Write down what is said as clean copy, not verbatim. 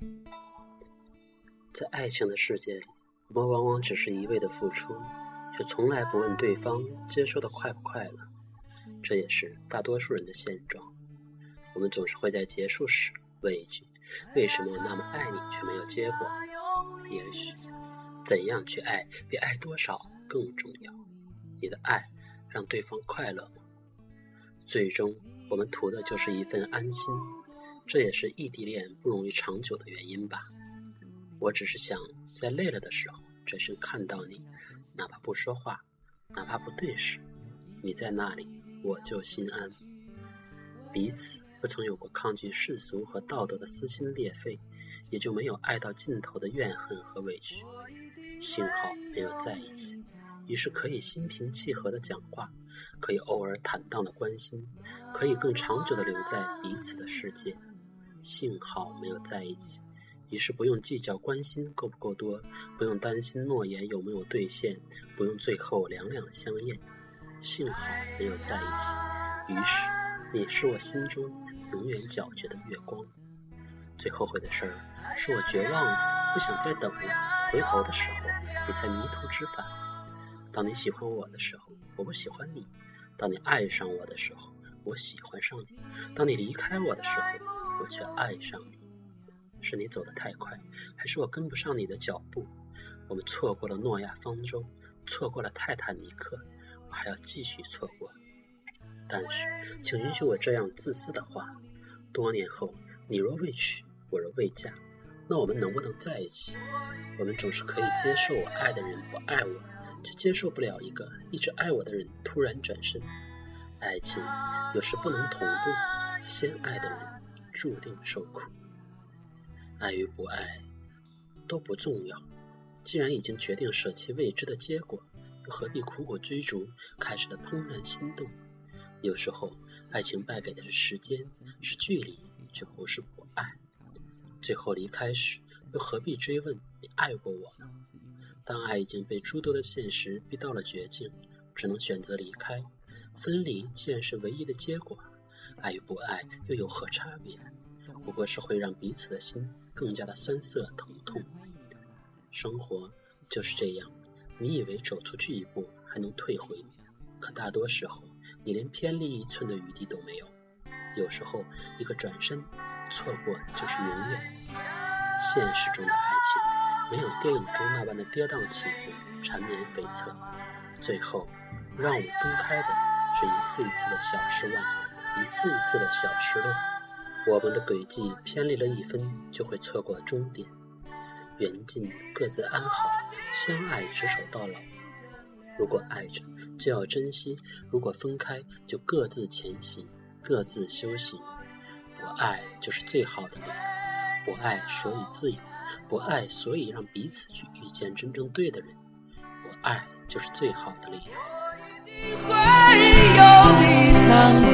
在爱情的世界里，我们往往只是一味的付出，却从来不问对方接受的快不快乐。这也是大多数人的现状。我们总是会在结束时问一句：为什么我那么爱你却没有结果？也许怎样去爱比爱多少更重要。你的爱让对方快乐吗？最终我们图的就是一份安心，这也是异地恋不容易长久的原因吧。我只是想在累了的时候转身看到你，哪怕不说话，哪怕不对视，你在那里我就心安。彼此不曾有过抗拒世俗和道德的撕心裂肺，也就没有爱到尽头的怨恨和委屈。幸好没有在一起，于是可以心平气和的讲话，可以偶尔坦荡的关心，可以更长久的留在彼此的世界。幸好没有在一起，于是不用计较关心够不够多，不用担心诺言有没有兑现，不用最后两两相厌。幸好没有在一起，于是你是我心中永远皎洁的月光。最后悔的事儿是我绝望了，不想再等了，回头的时候你才迷途知返。当你喜欢我的时候我不喜欢你，当你爱上我的时候我喜欢上你，当你离开我的时候我却爱上你。是你走得太快，还是我跟不上你的脚步？我们错过了诺亚方舟，错过了泰坦尼克，我还要继续错过。但是请允许我这样自私的话，多年后你若未娶，我若未嫁，那我们能不能在一起？我们总是可以接受我爱的人不爱我，却接受不了一个一直爱我的人突然转身。爱情有时不能同步，先爱的人注定受苦。爱与不爱都不重要，既然已经决定舍弃未知的结果，又何必苦苦追逐开始的怦然心动？有时候爱情败给的是时间，是距离，却不是不爱。最后离开时又何必追问你爱过我呢？当爱已经被诸多的现实逼到了绝境，只能选择离开。分离既然是唯一的结果，爱与不爱又有何差别？不过是会让彼此的心更加的酸涩疼痛。生活就是这样，你以为走出去一步还能退回，可大多时候你连偏离一寸的余地都没有。有时候一个转身，错过就是永远。现实中的爱情没有电影中那般的跌宕起伏，缠绵悱恻，最后让我们分开的是一次一次的小失望，一次一次的小失落。我们的轨迹偏离了一分，就会错过终点。缘尽各自安好，相爱执手到老。如果爱着就要珍惜，如果分开就各自前行，各自修行。不爱就是最好的理由，不爱所以自由，不爱所以让彼此去遇见真正对的人，不爱就是最好的理由。